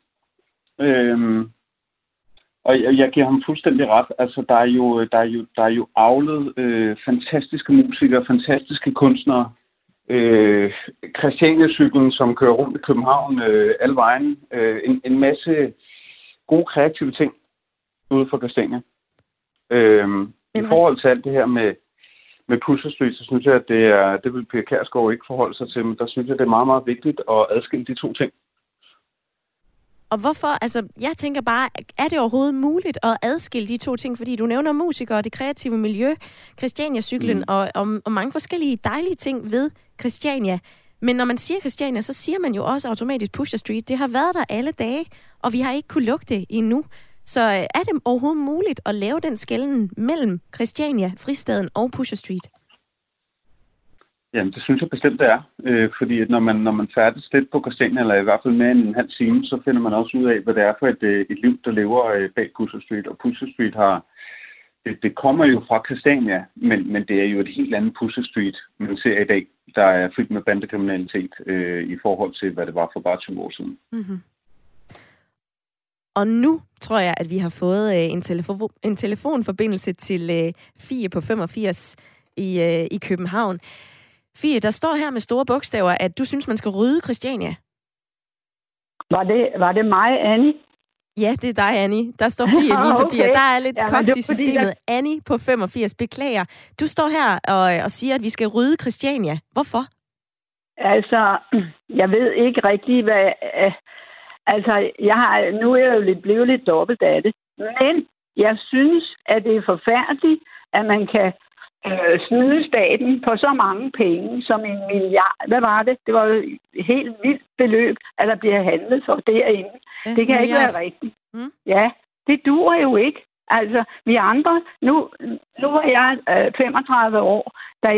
Og jeg giver ham fuldstændig ret. Altså, der er jo avlet fantastiske musikere, fantastiske kunstnere. Christiania-cyklen, som kører rundt i København alle vejen. En masse gode kreative ting ude for Christiania. I forhold til alt det her med Pusher Street, så synes jeg, at det vil Pia Kjærsgaard ikke forholde sig til, men der synes jeg, det er meget, meget vigtigt at adskille de to ting. Og hvorfor, altså, jeg tænker bare, er det overhovedet muligt at adskille de to ting? Fordi du nævner musikere og det kreative miljø, Christiania-cyklen og mange forskellige dejlige ting ved Christiania. Men når man siger Christiania, så siger man jo også automatisk Pusher Street. Det har været der alle dage, og vi har ikke kunnet lukke det endnu. Så er det overhovedet muligt at lave den skelnen mellem Christiania, Fristaden og Pusher Street? Jamen, det synes jeg bestemt, det er. Fordi at når man færdes lidt på Christiania, eller i hvert fald med en halv time, så finder man også ud af, hvad det er for et liv, der lever bag Pusher Street. Og Pusher Street det kommer jo fra Christiania, men det er jo et helt andet Pusher Street, man ser i dag, der er fyldt med bandekriminalitet i forhold til, hvad det var for bare 20 år siden. Mm-hmm. Og nu tror jeg, at vi har fået en telefonforbindelse til Fie på 85 i København. Fie, der står her med store bogstaver, at du synes, man skal rydde Christiania. Var det mig, Annie? Ja, det er dig, Annie. Der står Fie i mine papirer. Der er lidt koks i systemet. Annie på 85, beklager. Du står her og siger, at vi skal rydde Christiania. Hvorfor? Altså, jeg ved ikke rigtig, hvad... Altså, nu er jeg jo blevet lidt dobbelt af det. Men jeg synes, at det er forfærdeligt, at man kan snyde staten på så mange penge som 1 milliard. Hvad var det? Det var jo et helt vildt beløb, at der bliver handlet for derinde. Det kan ikke være rigtigt. Mm. Ja, det duer jo ikke. Altså, vi andre... Nu var jeg 35 år,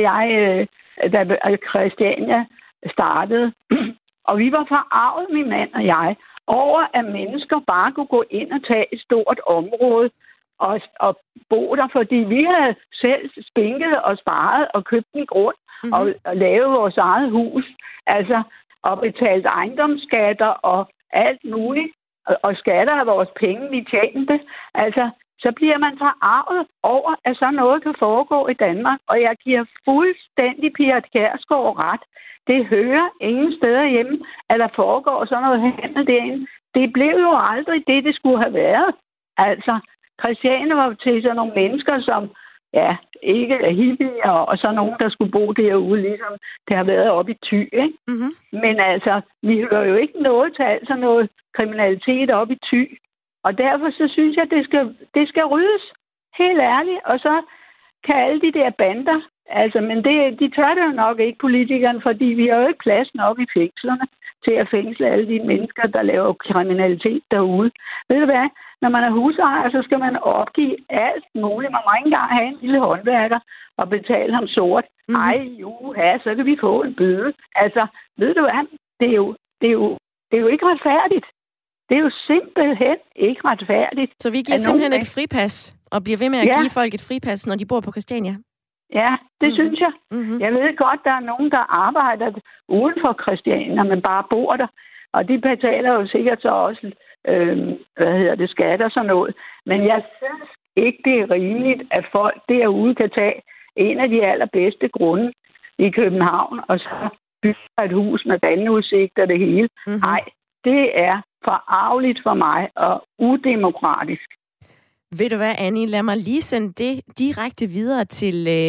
da Christiania startede. Og vi var forarvet, min mand og jeg, over at mennesker bare kunne gå ind og tage et stort område og bo der, fordi vi havde selv spinket og sparet og købt en grund og lavet vores eget hus. Altså, og betalt ejendomsskatter og alt muligt. Og skatter af vores penge, vi tjente. Altså, så bliver man forarvet over, at sådan noget kan foregå i Danmark. Og jeg giver fuldstændig Pia Kjærsgaard ret. Det hører ingen steder hjemme, at der foregår sådan noget handel derinde. Det blev jo aldrig det skulle have været. Altså, Christiania var til sådan nogle mennesker, som ikke er hippier, og så nogen, der skulle bo derude, ligesom det har været oppe i Thy, ikke? Mm-hmm. Men altså, vi hører jo ikke noget til altså noget kriminalitet oppe i Thy. Og derfor så synes jeg, at det skal ryddes. Helt ærligt. Og så kan alle de der bander, altså, men de tør det jo nok ikke, politikerne, fordi vi har jo ikke plads nok i fængslerne til at fængsle alle de mennesker, der laver kriminalitet derude. Ved du hvad? Når man er husejer, så skal man opgive alt muligt. Man må ikke engang have en lille håndværker og betale ham sort. Så kan vi få en bøde. Altså, ved du hvad? Det er jo ikke retfærdigt. Det er jo simpelthen ikke retfærdigt. Så vi giver simpelthen et fripas, og bliver ved med at give folk et fripas, når de bor på Christiania? Ja, det synes jeg. Mm-hmm. Jeg ved godt, der er nogen, der arbejder uden for Christiania, men bare bor der. Og de betaler jo sikkert så også, skat og sådan noget. Men jeg synes ikke, det er rimeligt, at folk derude kan tage en af de allerbedste grunde i København, og så bygge et hus med vandudsigt og det hele. Nej, det er forarveligt for mig og udemokratisk. Ved du hvad, Annie? Lad mig lige sende det direkte videre til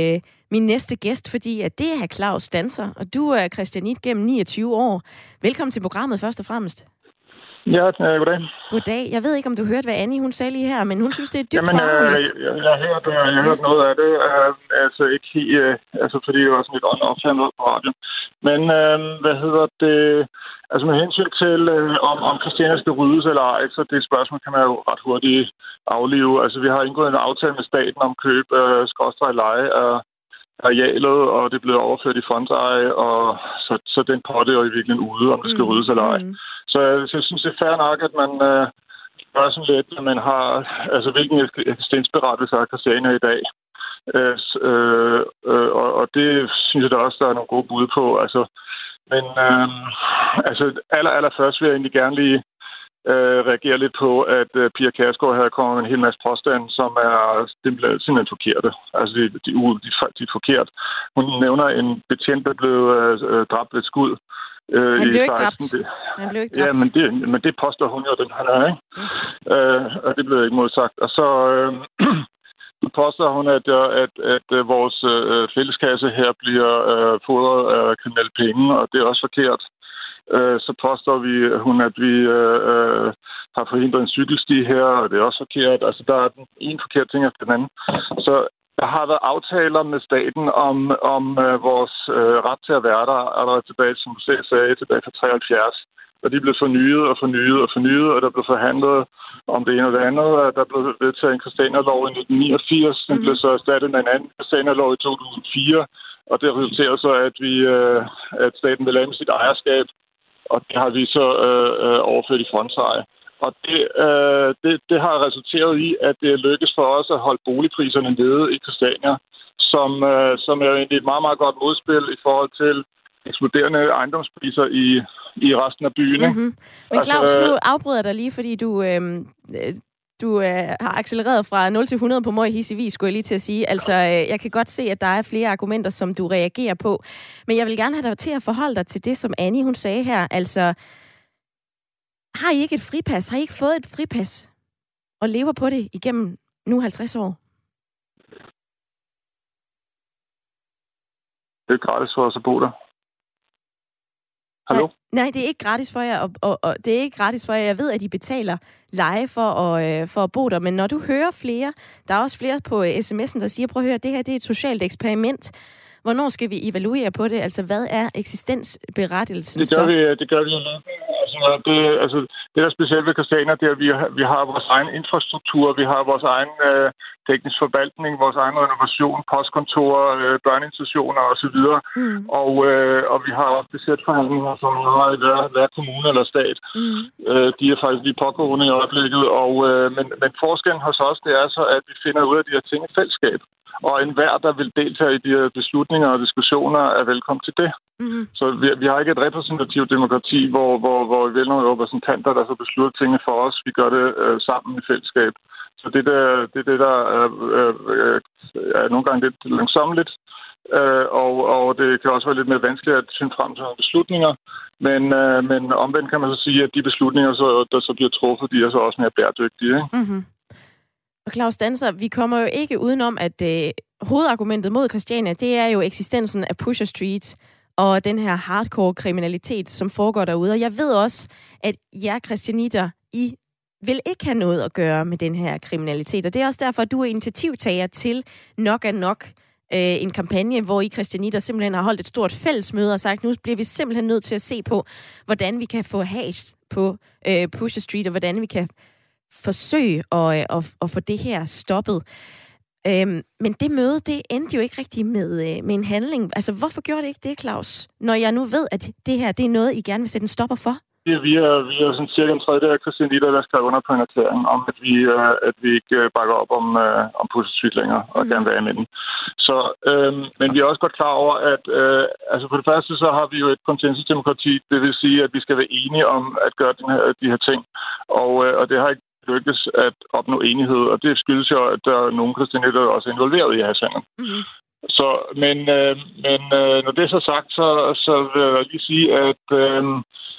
min næste gæst, fordi at det er Claus Danser, og du er christianit gennem 29 år. Velkommen til programmet først og fremmest. Ja, goddag. Goddag. Jeg ved ikke, om du hørte, hvad Annie hun sagde lige her, men hun synes, det er dybt forarveligt. Jeg har hørt noget af det. Altså ikke helt, fordi det var sådan lidt on-off noget på radio. Men altså med hensyn til, om Christiania skal ryddes eller ej, så det spørgsmål kan man jo ret hurtigt aflive. Altså vi har indgået en aftale med staten om køb leje af arealet, og det er blevet overført i fondseje, og så den potte er jo i virkeligheden ude, om det skal ryddes eller ej. Så jeg synes, det er fair nok, at man gør sådan lidt, at man har, altså hvilken eksistensberettigelse har Christiania i dag. Og det synes jeg da også, der er nogle gode bud på. Men allerførst vil jeg egentlig gerne lige reagere lidt på, at Pia Kjærsgaard her kommer med en hel masse påstande, som er simpelthen forkerte. Altså, de er forkert. Hun nævner en betjent, der blev dræbt ved et skud. Han blev ikke dræbt. Ja, men det påstår hun jo, den han er, ikke? Og det blev ikke modsagt. Og så påstår hun, at vores fælleskasse her bliver fodret af kriminelle penge, og det er også forkert. Så påstår hun, at vi har forhindret en cykelsti her, og det er også forkert. Altså, der er en forkert ting efter den anden. Så der har været aftaler med staten om vores ret til at være der, allerede tilbage, som du selv sagde, tilbage fra 73. Og de blev fornyet, og der blev forhandlet om det ene og det andet. Der blev vedtaget en Christiania-lov i 1989, den blev så erstattet med en anden Christiania-lov i 2004, og det resulterer så, at staten vil lave sit ejerskab, og det har vi så overført i fondseje. Og det har resulteret i, at det lykkes for os at holde boligpriserne nede i Christiania, som er egentlig et meget, meget godt modspil i forhold til eksploderende ejendomspriser i resten af byen. Mm-hmm. Men Claus, nu afbryder jeg dig lige, fordi du har accelereret fra 0 til 100 på Møg Hissevis, skulle jeg lige til at sige. Altså, jeg kan godt se, at der er flere argumenter, som du reagerer på. Men jeg vil gerne have dig til at forholde dig til det, som Annie hun sagde her. Altså, har I ikke et fripas? Har I ikke fået et fripas? Og lever på det igennem nu 50 år? Det er gratis for os at bo der. Hallo? Nej, det er ikke gratis for jer, og det er ikke gratis for jer. Jeg ved, at I betaler leje for at bo der, men når du hører flere, der er også flere på sms'en, der siger, prøv at høre, det her det er et socialt eksperiment. Hvornår skal vi evaluere på det? Altså, hvad er eksistensberettigelsen så? Det gør vi jo løbende. Det der er specielt ved Christiania, det er, at vi har vores egen infrastruktur, vi har vores egen teknisk forvaltning, vores egen renovation, postkontorer, børneinstitutioner osv. Og vi har også budgetforhandlinger, som vi har i hver kommune eller stat. De er faktisk lige pågående i øjeblikket. Men forskellen hos os, det er så, at vi finder ud af de her ting i fællesskab. Og enhver, der vil deltage i de her beslutninger og diskussioner, er velkommen til det. Mm-hmm. Så vi har ikke et repræsentativt demokrati, hvor vi vælger nogle repræsentanter, der så beslutter tingene for os. Vi gør det sammen i fællesskab. Så det der er nogle gange lidt langsommeligt, og det kan også være lidt mere vanskeligt at finde frem til nogle beslutninger. Men omvendt kan man så sige, at de beslutninger, der så bliver truffet, de er så også mere bæredygtige. Ikke? Mm-hmm. Og Claus Danser, vi kommer jo ikke udenom, at hovedargumentet mod Christiania, det er jo eksistensen af Pusher Street og den her hardcore kriminalitet, som foregår derude. Og jeg ved også, at jer christianitter, I vil ikke have noget at gøre med den her kriminalitet. Og det er også derfor, at du er initiativtager til Nok er Nok, en kampagne, hvor I christianitter simpelthen har holdt et stort fællesmøde og sagt, nu bliver vi simpelthen nødt til at se på, hvordan vi kan få has på Pusher Street, og hvordan vi kan forsøge at få det her stoppet. Men det møde, det endte jo ikke rigtig med en handling. Altså, hvorfor gjorde det ikke det, Claus? Når jeg nu ved, at det her, det er noget, I gerne vil sætte en stopper for? Vi er sådan cirka en tredjedel af christianitter, der skrev under på en erklæring om, at vi ikke bakker op om Pusher Street længere og gerne vil af med den. Så, men vi er også godt klar over, at for det første så har vi jo et konsensusdemokrati. Det vil sige, at vi skal være enige om at gøre de her ting. Og det har ikke lykkes at opnå enighed, og det skyldes jo, at der er nogle christianitter, der også er involveret i hashandlen. Mm-hmm. Så, men når det er så sagt, så vil jeg lige sige,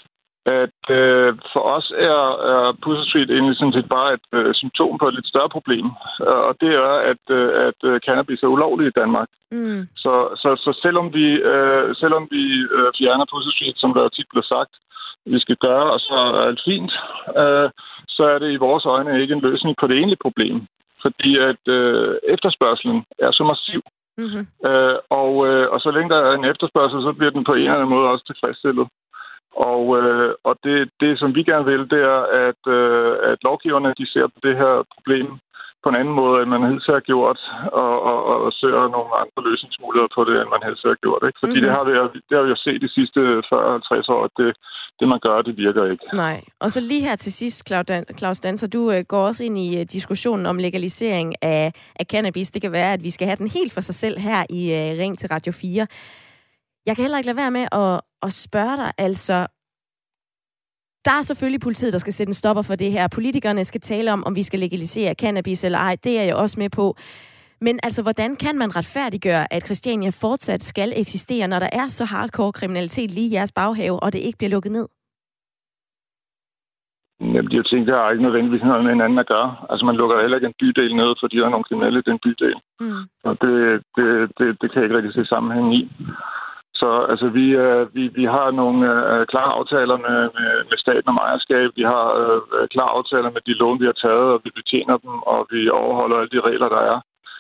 at for os er Pusher Street egentlig sådan set bare et symptom på et lidt større problem. Og det er, at cannabis er ulovligt i Danmark. Mm. Så selvom vi fjerner Pusher Street, som der tit bliver sagt, vi skal gøre, og så er alt fint, så er det i vores øjne ikke en løsning på det egentlige problem. Fordi at efterspørgselen er så massiv. Mm-hmm. Og så længe der er en efterspørgsel, så bliver den på en eller anden måde også tilfredsstillet. Og det, som vi gerne vil, det er, at lovgiverne de ser på det her problem på en anden måde, end man helst har gjort, og søger nogle andre løsningsmuligheder på det, end man helst har gjort. Ikke? Fordi det har vi jo set de sidste 40-50 år, at det man gør, det virker ikke. Nej. Og så lige her til sidst, Claus Danser, du går også ind i diskussionen om legalisering af cannabis. Det kan være, at vi skal have den helt for sig selv her i Ring til Radio 4. Jeg kan heller ikke lade være med at spørge dig, altså, der er selvfølgelig politiet, der skal sætte en stopper for det her. Politikerne skal tale om vi skal legalisere cannabis eller ej. Det er jeg også med på. Men altså, hvordan kan man retfærdiggøre, at Christiania fortsat skal eksistere, når der er så hardcore kriminalitet lige i jeres baghave, og det ikke bliver lukket ned? Jamen, de her ting, der har ikke nødvendigvis noget med hinanden at gøre. Altså, man lukker heller ikke en bydel ned, fordi der er nogle kriminelle i den bydel. Mm. Og det kan jeg ikke rigtig se sammenhæng i. Så altså, vi har nogle klare aftaler med staten om ejerskab. Vi har klare aftaler med de lån, vi har taget, og vi betjener dem, og vi overholder alle de regler, der er.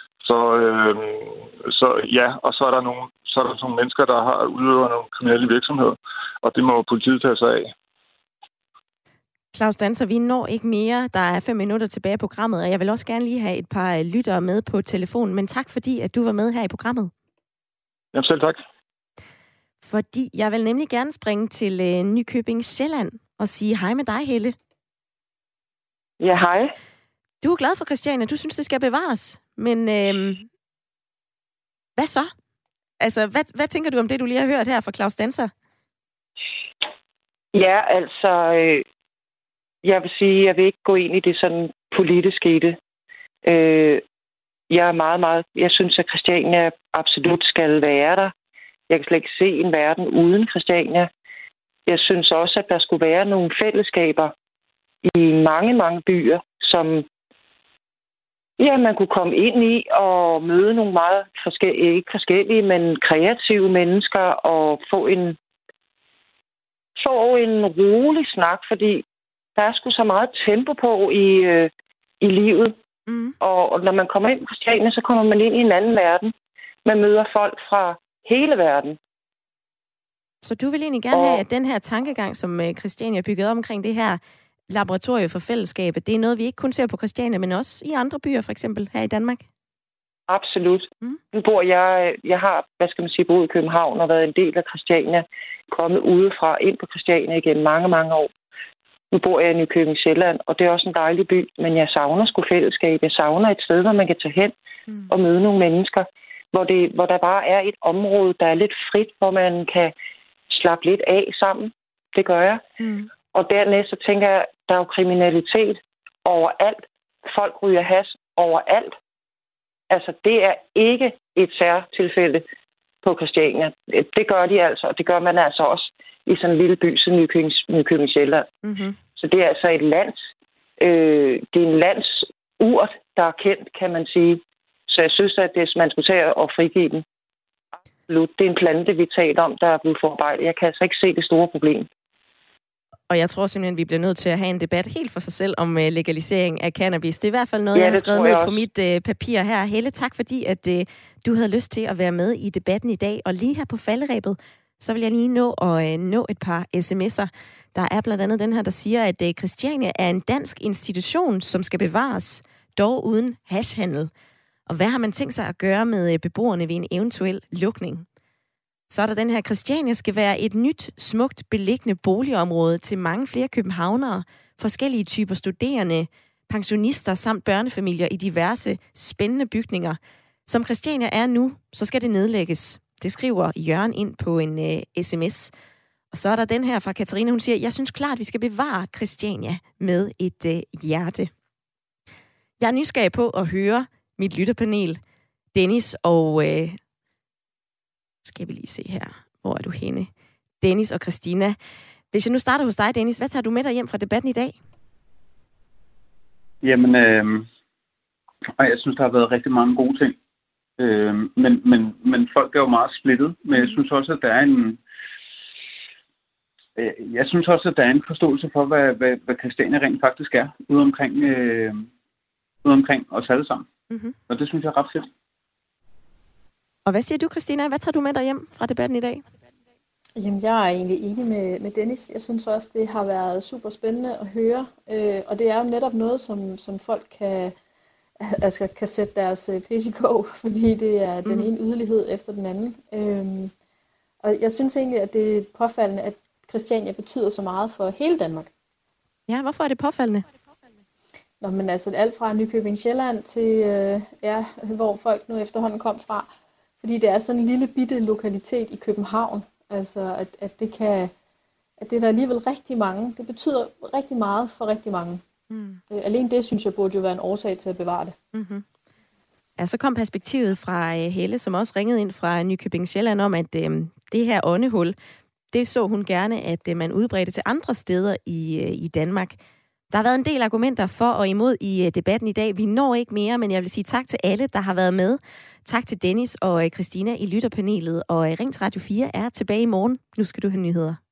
Så ja, og så er der nogle mennesker, der har udøvet nogle kriminelle virksomheder, og det må politiet tage sig af. Claus Danser, vi når ikke mere. Der er 5 minutter tilbage i programmet, og jeg vil også gerne lige have et par lyttere med på telefonen. Men tak fordi, at du var med her i programmet. Jamen selv tak. Fordi jeg vil nemlig gerne springe til Nykøbing Sjælland og sige hej med dig, Helle. Ja, hej. Du er glad for Christiania. Du synes, det skal bevares. Men hvad så? Altså, hvad tænker du om det, du lige har hørt her fra Claus Danser? Ja, altså, jeg vil sige, jeg vil ikke gå ind i det sådan politiske i det. Jeg synes, at Christiania absolut skal være der. Jeg kan slet ikke se en verden uden Christiania. Jeg synes også, at der skulle være nogle fællesskaber i mange, mange byer, som man kunne komme ind i og møde nogle meget ikke forskellige, men kreative mennesker og få en rolig snak, fordi der er sgu så meget tempo på i livet. Mm. Og når man kommer ind på Christiania, så kommer man ind i en anden verden. Man møder folk fra hele verden. Så du vil egentlig gerne have, at den her tankegang, som Christiania bygget op omkring det her laboratorie for fællesskabet, det er noget, vi ikke kun ser på Christiania, men også i andre byer, for eksempel her i Danmark? Absolut. Mm. Nu bor jeg har, boet i København og været en del af Christiania, kommet udefra ind på Christiania igen mange, mange år. Nu bor jeg i Nykøbing Sjælland, og det er også en dejlig by, men jeg savner sgu fællesskab. Jeg savner et sted, hvor man kan tage hen og møde nogle mennesker, hvor der bare er et område, der er lidt frit, hvor man kan slappe lidt af sammen. Det gør jeg. Mm. Og dernæst så tænker jeg, der er jo kriminalitet overalt. Folk ryger hash overalt. Altså, det er ikke et særtilfælde på Christiania. Det gør de altså, og det gør man altså også i sådan en lille by som Nykøbing Sjælland. Mm-hmm. Så det er altså et det er en landsurt, der er kendt, kan man sige. Så jeg synes, at man skulle tage og frigive den. Absolut. Det er en plante, vi taler om, der er blevet forarbejdet. Jeg kan altså ikke se det store problem. Og jeg tror simpelthen, vi bliver nødt til at have en debat helt for sig selv om legalisering af cannabis. Det er i hvert fald noget, jeg har skrevet ned på mit papir her. Helle, tak fordi, at du havde lyst til at være med i debatten i dag. Og lige her på falderebet, så vil jeg lige nå et par sms'er. Der er blandt andet den her, der siger, at Christiania er en dansk institution, som skal bevares, dog uden hashhandel. Og hvad har man tænkt sig at gøre med beboerne ved en eventuel lukning? Så er der den her, Christiania skal være et nyt, smukt beliggende boligområde til mange flere københavnere, forskellige typer studerende, pensionister samt børnefamilier i diverse spændende bygninger. Som Christiania er nu, så skal det nedlægges. Det skriver Jørgen ind på en sms. Og så er der den her fra Katarina, hun siger, jeg synes klart, vi skal bevare Christiania med et hjerte. Jeg er nysgerrig på at høre mit lytterpanel, Dennis og... skal vi lige se her. Hvor er du henne? Dennis og Christina. Hvis jeg nu starter hos dig, Dennis, hvad tager du med dig hjem fra debatten i dag? Jamen, jeg synes, der har været rigtig mange gode ting. Men folk er jo meget splittet. Men jeg synes også, at der er en forståelse for, hvad Christiania rent faktisk er, ude omkring os alle sammen. Mm-hmm. Og det synes jeg er ret fedt. Og hvad siger du, Christina? Hvad tager du med dig hjem fra debatten i dag? Jamen, jeg er egentlig enig med Dennis. Jeg synes også, det har været super spændende at høre. Og det er jo netop noget, som folk kan sætte deres pis i kog, fordi det er den ene yderlighed efter den anden. Og jeg synes egentlig, at det er påfaldende, at Christiania betyder så meget for hele Danmark. Ja, hvorfor er det påfaldende? Nå, men altså alt fra Nykøbing Sjælland til, hvor folk nu efterhånden kom fra. Fordi det er sådan en lille bitte lokalitet i København. Altså, at det er der alligevel rigtig mange. Det betyder rigtig meget for rigtig mange. Alene det, synes jeg, burde jo være en årsag til at bevare det. Mm-hmm. Ja, så kom perspektivet fra Helle, som også ringede ind fra Nykøbing Sjælland om, at det her åndehul, det så hun gerne, at man udbredte til andre steder i Danmark. Der har været en del argumenter for og imod i debatten i dag. Vi når ikke mere, men jeg vil sige tak til alle, der har været med. Tak til Dennis og Christina i lytterpanelet, og Ring til Radio 4 er tilbage i morgen. Nu skal du have nyheder.